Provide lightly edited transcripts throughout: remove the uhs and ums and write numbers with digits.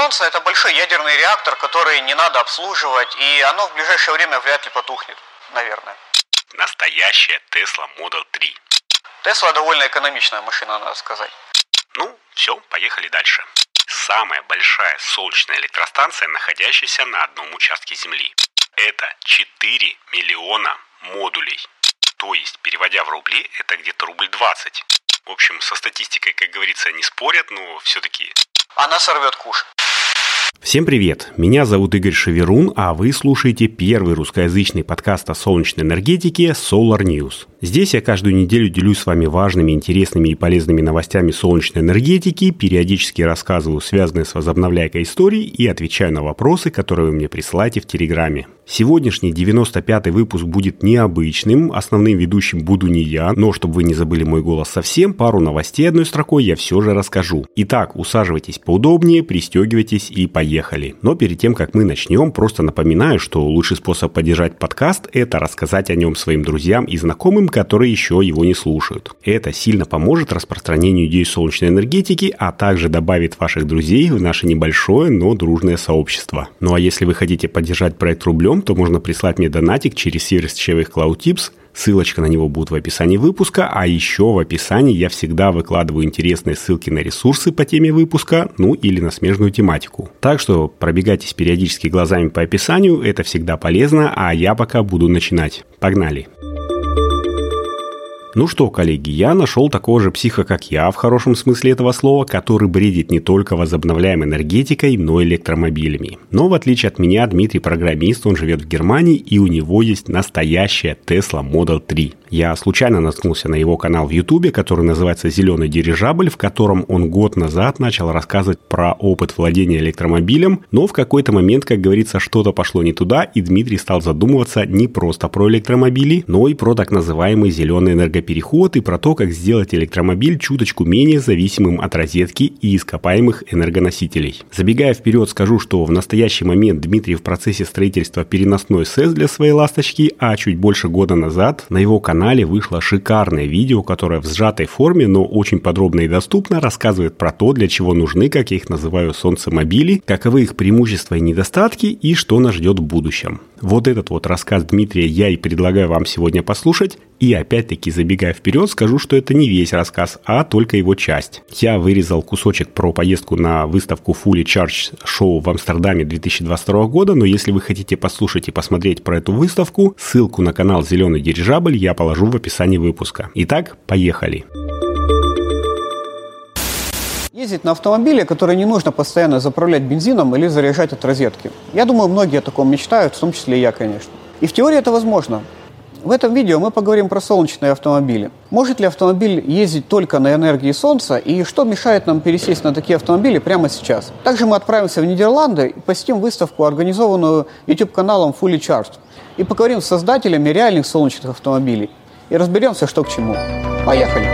Солнце – это большой ядерный реактор, который не надо обслуживать, и оно в ближайшее время вряд ли потухнет, наверное. Настоящая Tesla Model 3. Tesla довольно экономичная машина, надо сказать. Ну, все, поехали дальше. Самая большая солнечная электростанция, находящаяся на одном участке Земли. Это 4 миллиона модулей. То есть, переводя в рубли, это где-то рубль 20. В общем, со статистикой, как говорится, не спорят, но все-таки... Она сорвет куш. Всем привет! Меня зовут Игорь Шеверун, а вы слушаете первый русскоязычный подкаст о солнечной энергетике Solar News. Здесь я каждую неделю делюсь с вами важными, интересными и полезными новостями солнечной энергетики, периодически рассказываю связанные с возобновляйкой истории и отвечаю на вопросы, которые вы мне присылаете в Телеграме. Сегодняшний 95-й выпуск будет необычным, основным ведущим буду не я, но чтобы вы не забыли мой голос совсем, пару новостей одной строкой я все же расскажу. Итак, усаживайтесь поудобнее, пристегивайтесь и поехали. Но перед тем, как мы начнем, просто напоминаю, что лучший способ поддержать подкаст – это рассказать о нем своим друзьям и знакомым, которые еще его не слушают. Это сильно поможет распространению идей солнечной энергетики, а также добавит ваших друзей в наше небольшое, но дружное сообщество. Ну а если вы хотите поддержать проект рублем, то можно прислать мне донатик через сервис Чевых Cloud Tips. Ссылочка на него будет в описании выпуска, а еще в описании я всегда выкладываю интересные ссылки на ресурсы по теме выпуска, ну или на смежную тематику. Так что пробегайтесь периодически глазами по описанию, это всегда полезно, а я пока буду начинать. Погнали! Ну что, коллеги, я нашел такого же психа, как я, в хорошем смысле этого слова, который бредит не только возобновляемой энергетикой, но и электромобилями. Но в отличие от меня, Дмитрий программист, он живет в Германии, и у него есть настоящая Tesla Model 3. Я случайно наткнулся на его канал в Ютубе, который называется «Зеленый дирижабль», в котором он год назад начал рассказывать про опыт владения электромобилем, но в какой-то момент, как говорится, что-то пошло не туда, и Дмитрий стал задумываться не просто про электромобили, но и про так называемый зеленый энергопереход и про то, как сделать электромобиль чуточку менее зависимым от розетки и ископаемых энергоносителей. Забегая вперед, скажу, что в настоящий момент Дмитрий в процессе строительства переносной СЭС для своей ласточки, а чуть больше года назад на его канале вышло шикарное видео, которое в сжатой форме, но очень подробно и доступно рассказывает про то, для чего нужны, как я их называю, солнцемобили, каковы их преимущества и недостатки и что нас ждет в будущем. Вот этот вот рассказ Дмитрия я и предлагаю вам сегодня послушать. И опять-таки, забегая вперед, скажу, что это не весь рассказ, а только его часть. Я вырезал кусочек про поездку на выставку Fully Charged Show в Амстердаме 2022 года, но если вы хотите послушать и посмотреть про эту выставку, ссылку на канал «Зеленый дирижабль» я положу в описании выпуска. Итак, поехали! Ездить на автомобиле, который не нужно постоянно заправлять бензином или заряжать от розетки. Я думаю, многие о таком мечтают, в том числе и я, конечно. И в теории это возможно. В этом видео мы поговорим про солнечные автомобили. Может ли автомобиль ездить только на энергии солнца и что мешает нам пересесть на такие автомобили прямо сейчас? Также мы отправимся в Нидерланды и посетим выставку, организованную YouTube-каналом Fully Charged, и поговорим с создателями реальных солнечных автомобилей. И разберемся, что к чему. Поехали!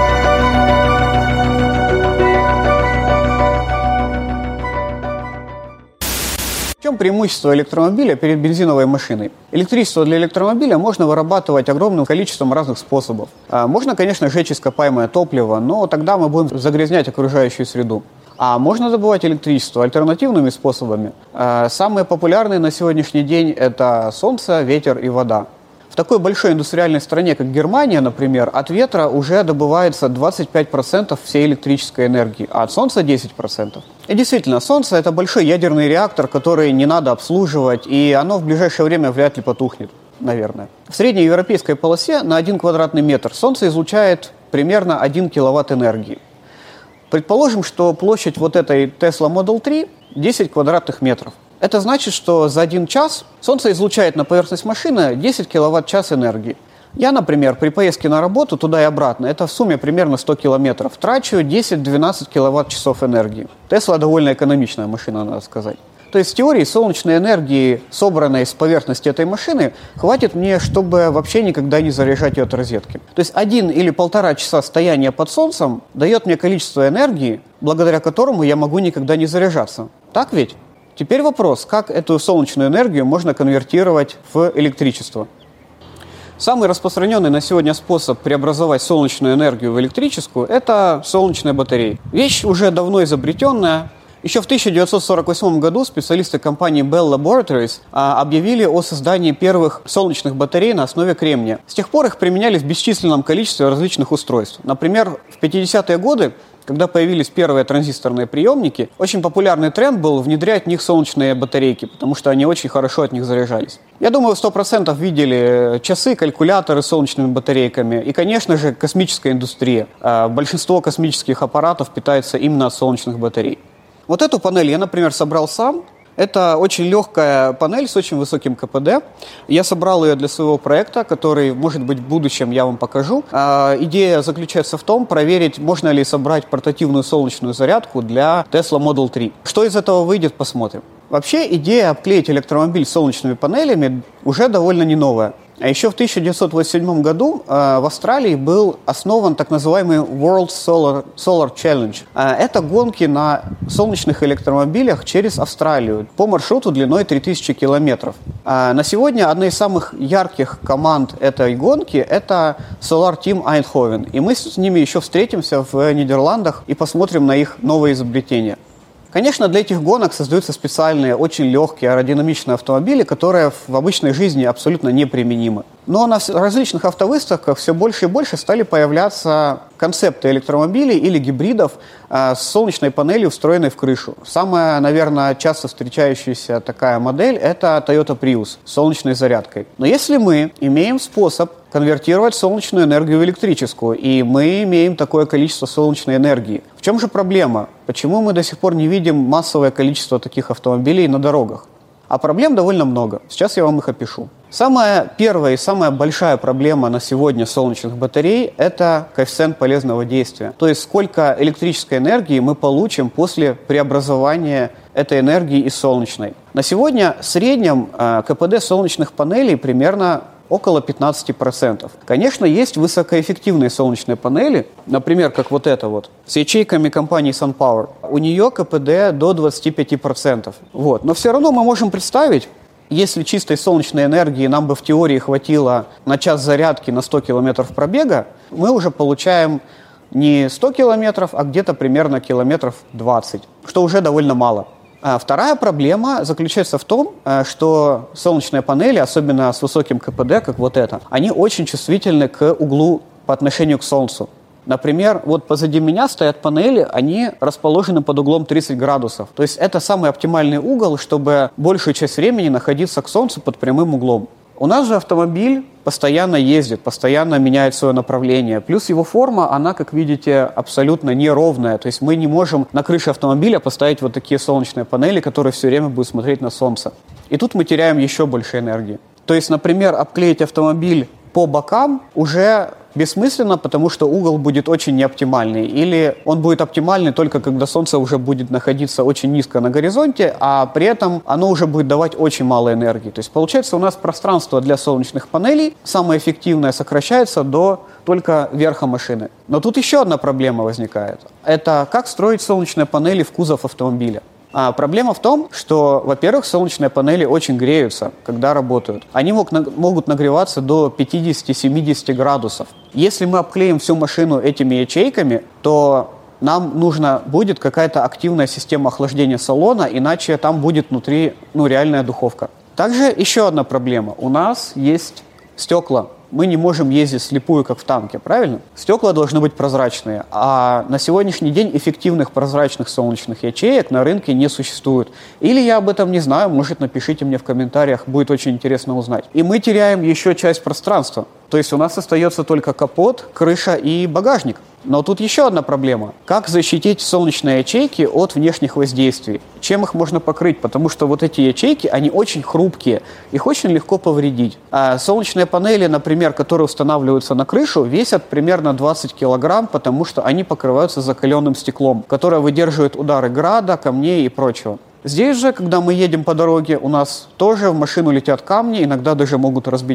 В чем преимущество электромобиля перед бензиновой машиной? Электричество для электромобиля можно вырабатывать огромным количеством разных способов. Можно, конечно, сжечь ископаемое топливо, но тогда мы будем загрязнять окружающую среду. А можно добывать электричество альтернативными способами. Самые популярные на сегодняшний день – это солнце, ветер и вода. В такой большой индустриальной стране, как Германия, например, от ветра уже добывается 25% всей электрической энергии, а от солнца 10%. И действительно, солнце – это большой ядерный реактор, который не надо обслуживать, и оно в ближайшее время вряд ли потухнет, наверное. В средней европейской полосе на 1 квадратный метр солнце излучает примерно 1 киловатт энергии. Предположим, что площадь вот этой Tesla Model 3 – 10 квадратных метров. Это значит, что за 1 час солнце излучает на поверхность машины 10 киловатт-час энергии. Я, например, при поездке на работу туда и обратно, это в сумме примерно 100 километров, трачу 10-12 киловатт-часов энергии. Tesla довольно экономичная машина, надо сказать. То есть в теории солнечной энергии, собранной с поверхности этой машины, хватит мне, чтобы вообще никогда не заряжать ее от розетки. То есть 1 или 1,5 часа стояния под солнцем дает мне количество энергии, благодаря которому я могу никогда не заряжаться. Так ведь? Теперь вопрос, как эту солнечную энергию можно конвертировать в электричество. Самый распространенный на сегодня способ преобразовать солнечную энергию в электрическую – это солнечные батареи. Вещь уже давно изобретенная, Еще в 1948 году специалисты компании Bell Laboratories объявили о создании первых солнечных батарей на основе кремния. С тех пор их применяли в бесчисленном количестве различных устройств. Например, в 50-е годы, когда появились первые транзисторные приемники, очень популярный тренд был внедрять в них солнечные батарейки, потому что они очень хорошо от них заряжались. Я думаю, 100% видели часы, калькуляторы с солнечными батарейками и, конечно же, космическая индустрия. Большинство космических аппаратов питается именно от солнечных батарей. Вот эту панель я, например, собрал сам. Это очень легкая панель с очень высоким КПД. Я собрал ее для своего проекта, который, может быть, в будущем я вам покажу. Идея заключается в том, проверить, можно ли собрать портативную солнечную зарядку для Tesla Model 3. Что из этого выйдет, посмотрим. Вообще, идея обклеить электромобиль солнечными панелями уже довольно не новая. А еще в 1987 году в Австралии был основан так называемый World Solar Challenge. Это гонки на солнечных электромобилях через Австралию по маршруту длиной 3000 километров. На сегодня одна из самых ярких команд этой гонки – это Solar Team Eindhoven. И мы с ними еще встретимся в Нидерландах и посмотрим на их новые изобретения. Конечно, для этих гонок создаются специальные, очень легкие аэродинамичные автомобили, которые в обычной жизни абсолютно неприменимы. Но на различных автовыставках все больше и больше стали появляться концепты электромобилей или гибридов с солнечной панелью, встроенной в крышу. Самая, наверное, часто встречающаяся такая модель – это Toyota Prius с солнечной зарядкой. Но если мы имеем способ конвертировать солнечную энергию в электрическую, и мы имеем такое количество солнечной энергии, в чем же проблема? Почему мы до сих пор не видим массовое количество таких автомобилей на дорогах? А проблем довольно много. Сейчас я вам их опишу. Самая первая и самая большая проблема на сегодня солнечных батарей – это коэффициент полезного действия. То есть сколько электрической энергии мы получим после преобразования этой энергии из солнечной. На сегодня в среднем КПД солнечных панелей примерно около 15%. Конечно, есть высокоэффективные солнечные панели, например, как вот эта вот, с ячейками компании SunPower. У нее КПД до 25%. Вот. Но все равно мы можем представить, если чистой солнечной энергии нам бы в теории хватило на час зарядки на 100 километров пробега, мы уже получаем не 100 километров, а где-то примерно километров 20, что уже довольно мало. Вторая проблема заключается в том, что солнечные панели, особенно с высоким КПД, как вот это, они очень чувствительны к углу по отношению к Солнцу. Например, вот позади меня стоят панели, они расположены под углом 30 градусов. То есть это самый оптимальный угол, чтобы большую часть времени находиться к Солнцу под прямым углом. У нас же автомобиль постоянно ездит, постоянно меняет свое направление. Плюс его форма, она, как видите, абсолютно неровная. То есть мы не можем на крыше автомобиля поставить вот такие солнечные панели, которые все время будут смотреть на солнце. И тут мы теряем еще больше энергии. То есть, например, обклеить автомобиль по бокам уже бессмысленно, потому что угол будет очень неоптимальный. Или он будет оптимальный только когда солнце уже будет находиться очень низко на горизонте, а при этом оно уже будет давать очень мало энергии. То есть получается у нас пространство для солнечных панелей самое эффективное сокращается до только верха машины. Но тут еще одна проблема возникает. Это как строить солнечные панели в кузов автомобиля. Проблема в том, что, во-первых, солнечные панели очень греются, когда работают. Они могут нагреваться до 50-70 градусов. Если мы обклеим всю машину этими ячейками, то нам нужна будет какая-то активная система охлаждения салона, иначе там будет внутри реальная духовка. Также еще одна проблема. У нас есть стекла. Мы не можем ездить слепую, как в танке, правильно? Стекла должны быть прозрачные, а на сегодняшний день эффективных прозрачных солнечных ячеек на рынке не существует. Или я об этом не знаю, может, напишите мне в комментариях, будет очень интересно узнать. И мы теряем еще часть пространства. То есть у нас остается только капот, крыша и багажник. Но тут еще одна проблема. Как защитить солнечные ячейки от внешних воздействий? Чем их можно покрыть? Потому что вот эти ячейки, они очень хрупкие, их очень легко повредить. А солнечные панели, например, которые устанавливаются на крышу, весят примерно 20 килограмм, потому что они покрываются закаленным стеклом, которое выдерживает удары града, камней и прочего. Здесь же, когда мы едем по дороге, у нас тоже в машину летят камни, иногда даже могут разбить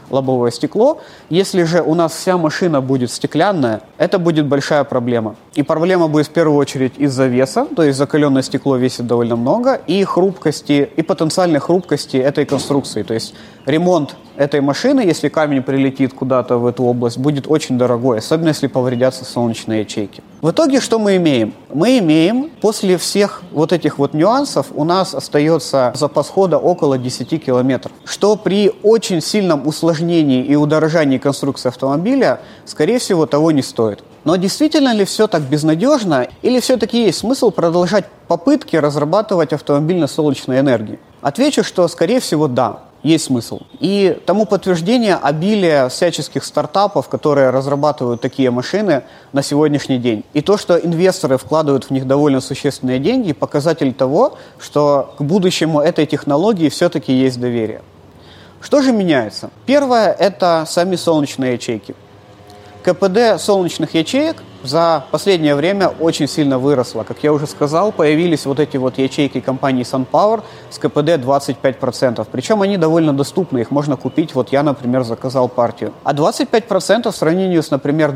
лобовое стекло. Если же у нас вся машина будет стеклянная, это будет большая проблема. И проблема будет в первую очередь из-за веса, то есть закаленное стекло весит довольно много, и хрупкости, и потенциальной хрупкости этой конструкции. То есть ремонт этой машины, если камень прилетит куда-то в эту область, будет очень дорогой, особенно если повредятся солнечные ячейки. В итоге что мы имеем? Мы имеем, после всех вот этих вот нюансов, у нас остается запас хода около 10 километров, что при очень сильном усложнении и удорожании конструкции автомобиля, скорее всего, того не стоит. Но действительно ли все так безнадежно, или все-таки есть смысл продолжать попытки разрабатывать автомобиль на солнечной энергии? Отвечу, что, скорее всего, да. Есть смысл. И тому подтверждение обилие всяческих стартапов, которые разрабатывают такие машины на сегодняшний день. И то, что инвесторы вкладывают в них довольно существенные деньги, показатель того, что к будущему этой технологии все-таки есть доверие. Что же меняется? Первое – это сами солнечные ячейки. КПД солнечных ячеек за последнее время очень сильно выросло. Как я уже сказал, появились вот эти вот ячейки компании SunPower с КПД 25%. Причем они довольно доступны, их можно купить. Вот я, например, заказал партию. А 25% в сравнении с, например,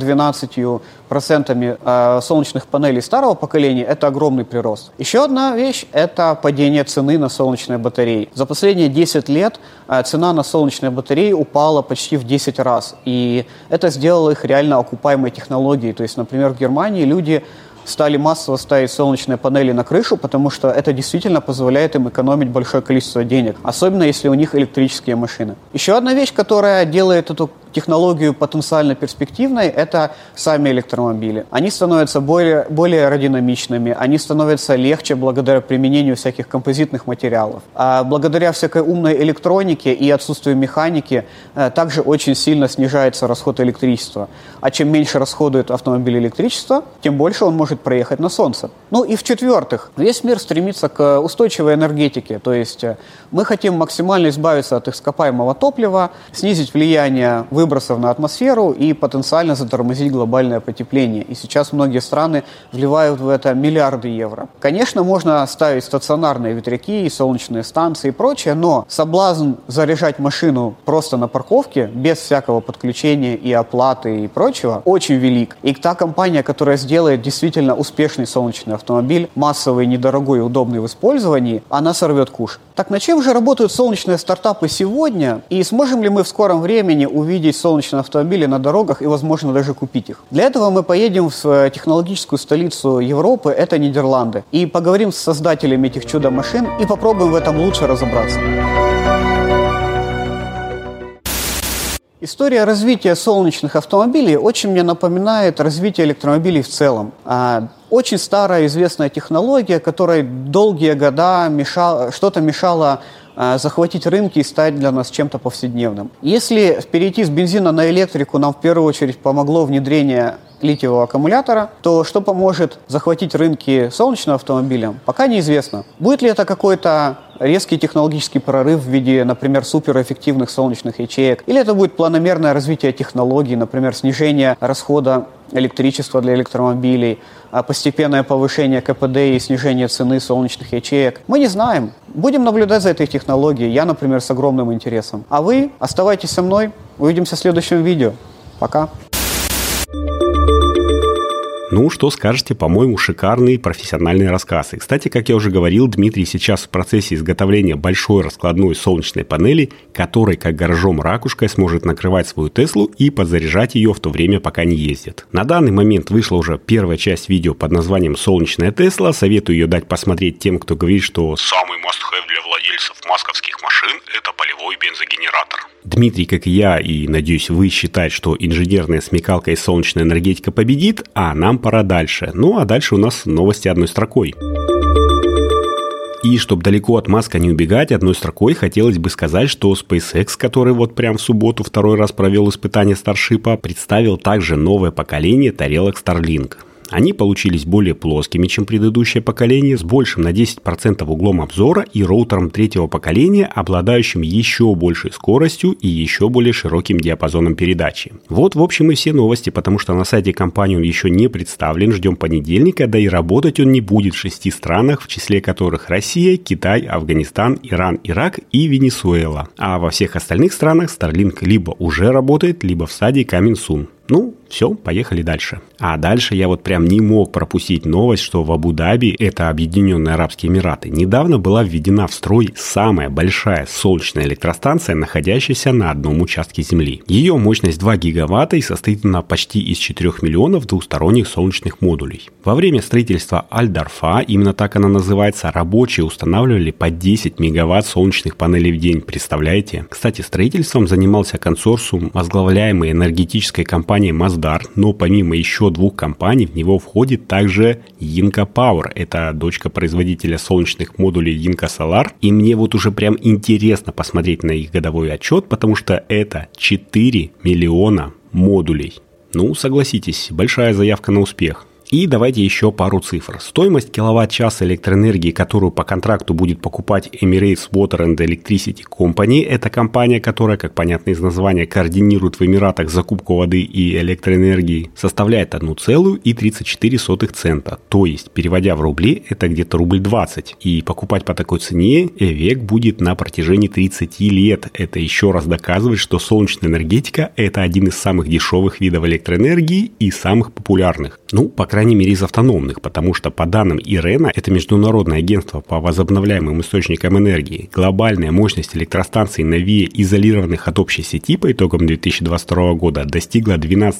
12% солнечных панелей старого поколения – это огромный прирост. Еще одна вещь – это падение цены на солнечные батареи. За последние 10 лет цена на солнечные батареи упала почти в 10 раз. И это сделало их реально окупаемой технологией. То есть, например, в Германии люди стали массово ставить солнечные панели на крышу, потому что это действительно позволяет им экономить большое количество денег, особенно если у них электрические машины. Еще одна вещь, которая делает эту технологию потенциально перспективной, это сами электромобили. Они становятся более аэродинамичными, они становятся легче благодаря применению всяких композитных материалов. А благодаря всякой умной электронике и отсутствию механики также очень сильно снижается расход электричества. А чем меньше расходует автомобиль электричества, тем больше он может проехать на солнце. Ну и в-четвертых, весь мир стремится к устойчивой энергетике, то есть мы хотим максимально избавиться от ископаемого топлива, снизить влияние выбросов на атмосферу и потенциально затормозить глобальное потепление. И сейчас многие страны вливают в это миллиарды евро. Конечно, можно ставить стационарные ветряки, солнечные станции и прочее, но соблазн заряжать машину просто на парковке, без всякого подключения и оплаты и прочего, очень велик. И та компания, которая сделает действительно успешный солнечный автомобиль, массовый, недорогой и удобный в использовании, она сорвет куш. Так на чем же работают солнечные стартапы сегодня? И сможем ли мы в скором времени увидеть солнечные автомобили на дорогах и, возможно, даже купить их? Для этого мы поедем в технологическую столицу Европы, это Нидерланды, и поговорим с создателями этих чудо-машин и попробуем в этом лучше разобраться. История развития солнечных автомобилей очень мне напоминает развитие электромобилей в целом. Очень старая известная технология, которой долгие года что-то мешало захватить рынки и стать для нас чем-то повседневным. Если перейти с бензина на электрику нам в первую очередь помогло внедрение литиевого аккумулятора, то что поможет захватить рынки солнечным автомобилям, пока неизвестно. Будет ли это какой-то резкий технологический прорыв в виде, например, суперэффективных солнечных ячеек, или это будет планомерное развитие технологий, например, снижение расхода электричества для электромобилей, постепенное повышение КПД и снижение цены солнечных ячеек. Мы не знаем. Будем наблюдать за этой технологией. Я, например, с огромным интересом. А вы оставайтесь со мной. Увидимся в следующем видео. Пока. Ну, что скажете, по-моему, шикарный профессиональный рассказ. И, кстати, как я уже говорил, Дмитрий сейчас в процессе изготовления большой раскладной солнечной панели, которой, как гаражом-ракушкой, сможет накрывать свою Теслу и подзаряжать ее в то время, пока не ездит. На данный момент вышла уже первая часть видео под названием «Солнечная Тесла». Советую ее дать посмотреть тем, кто говорит, что самый must-have для владельцев масковских машин – это полевой бензогенератор. Дмитрий, как и я, и, надеюсь, вы считает, что инженерная смекалка и солнечная энергетика победит, а нам пора дальше. Ну, а дальше у нас новости одной строкой. И чтобы далеко от Маска не убегать, одной строкой хотелось бы сказать, что SpaceX, который вот прям в субботу второй раз провел испытание Старшипа, представил также новое поколение тарелок Starlink. Они получились более плоскими, чем предыдущее поколение, с большим на 10% углом обзора и роутером третьего поколения, обладающим еще большей скоростью и еще более широким диапазоном передачи. Вот, в общем, и все новости, потому что на сайте компании он еще не представлен, ждем понедельника, да и работать он не будет в 6 странах, в числе которых Россия, Китай, Афганистан, Иран, Ирак и Венесуэла. А во всех остальных странах Starlink либо уже работает, либо в стадии coming soon. Ну, все, поехали дальше. А дальше я вот прям не мог пропустить новость, что в Абу-Даби, это Объединенные Арабские Эмираты, недавно была введена в строй самая большая солнечная электростанция, находящаяся на одном участке Земли. Ее мощность 2 гигаватта и состоит она почти из 4 миллионов двусторонних солнечных модулей. Во время строительства Аль-Дарфа, именно так она называется, рабочие устанавливали по 10 мегаватт солнечных панелей в день, представляете? Кстати, строительством занимался консорциум, возглавляемый энергетической компанией Masdar, но помимо еще 2 компаний в него входит также Yinka Power, это дочка производителя солнечных модулей Yinka Solar, и мне вот уже прям интересно посмотреть на их годовой отчет, потому что это 4 миллиона модулей. Ну, согласитесь, большая заявка на успех. И давайте еще пару цифр. Стоимость киловатт-часа электроэнергии, которую по контракту будет покупать Emirates Water and Electricity Company, это компания, которая, как понятно из названия, координирует в Эмиратах закупку воды и электроэнергии, составляет 1,34 цента. То есть, переводя в рубли, это где-то рубль 20. И покупать по такой цене ЭВЕК будет на протяжении 30 лет. Это еще раз доказывает, что солнечная энергетика – это один из самых дешевых видов электроэнергии и самых популярных. Ну, по крайней мере, из автономных, потому что по данным ИРЭНа, это Международное агентство по возобновляемым источникам энергии, глобальная мощность электростанций на ВИА, изолированных от общей сети по итогам 2022 года, достигла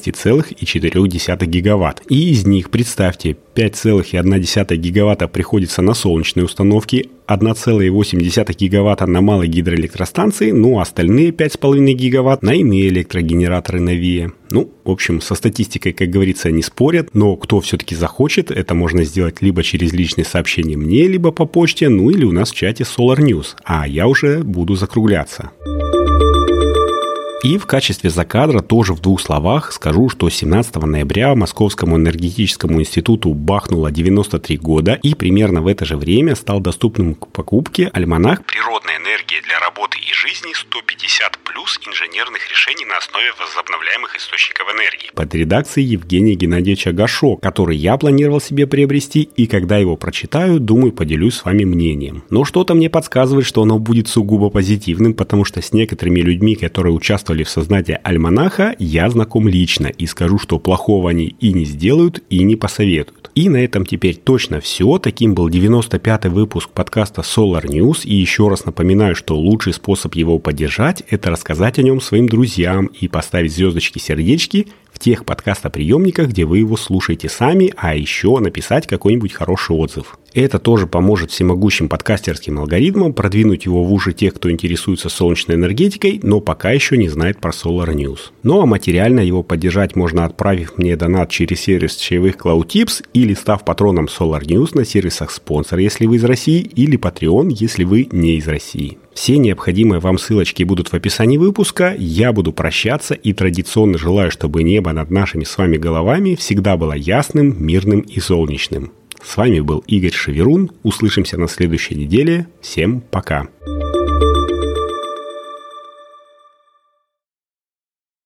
12,4 гигаватт. И из них, представьте, 5,1 гигаватта приходится на солнечные установки, 1,8 гигаватта на малые гидроэлектростанции, ну а остальные 5,5 гигаватт на иные электрогенераторы на ВИА. Ну, в общем, со статистикой, как говорится, не спорят, но кто все-таки захочет, это можно сделать либо через личные сообщения мне, либо по почте, ну или у нас в чате Solar News, а я уже буду закругляться. И в качестве закадра тоже в 2 словах скажу, что 17 ноября Московскому энергетическому институту бахнуло 93 года, и примерно в это же время стал доступным к покупке альманах «Природная энергия для работы и жизни 150 плюс инженерных решений на основе возобновляемых источников энергии» под редакцией Евгения Геннадьевича Гашо, который я планировал себе приобрести, и когда его прочитаю, думаю, поделюсь с вами мнением. Но что-то мне подсказывает, что оно будет сугубо позитивным, потому что с некоторыми людьми, которые участвовали в создании альманаха, я знаком лично и скажу, что плохого они и не сделают, и не посоветуют. И на этом теперь точно все. Таким был 95-й выпуск подкаста Solar News. И еще раз напоминаю, что лучший способ его поддержать – это рассказать о нем своим друзьям и поставить звездочки-сердечки в тех подкастоприемниках, где вы его слушаете сами, а еще написать какой-нибудь хороший отзыв. Это тоже поможет всемогущим подкастерским алгоритмам продвинуть его в уши тех, кто интересуется солнечной энергетикой, но пока еще не знает про Solar News. Ну а материально его поддержать можно, отправив мне донат через сервис чаевых CloudTips или став патроном Solar News на сервисах спонсор, если вы из России, или Patreon, если вы не из России. Все необходимые вам ссылочки будут в описании выпуска. Я буду прощаться и традиционно желаю, чтобы небо над нашими с вами головами всегда было ясным, мирным и солнечным. С вами был Игорь Шеверун. Услышимся на следующей неделе. Всем пока.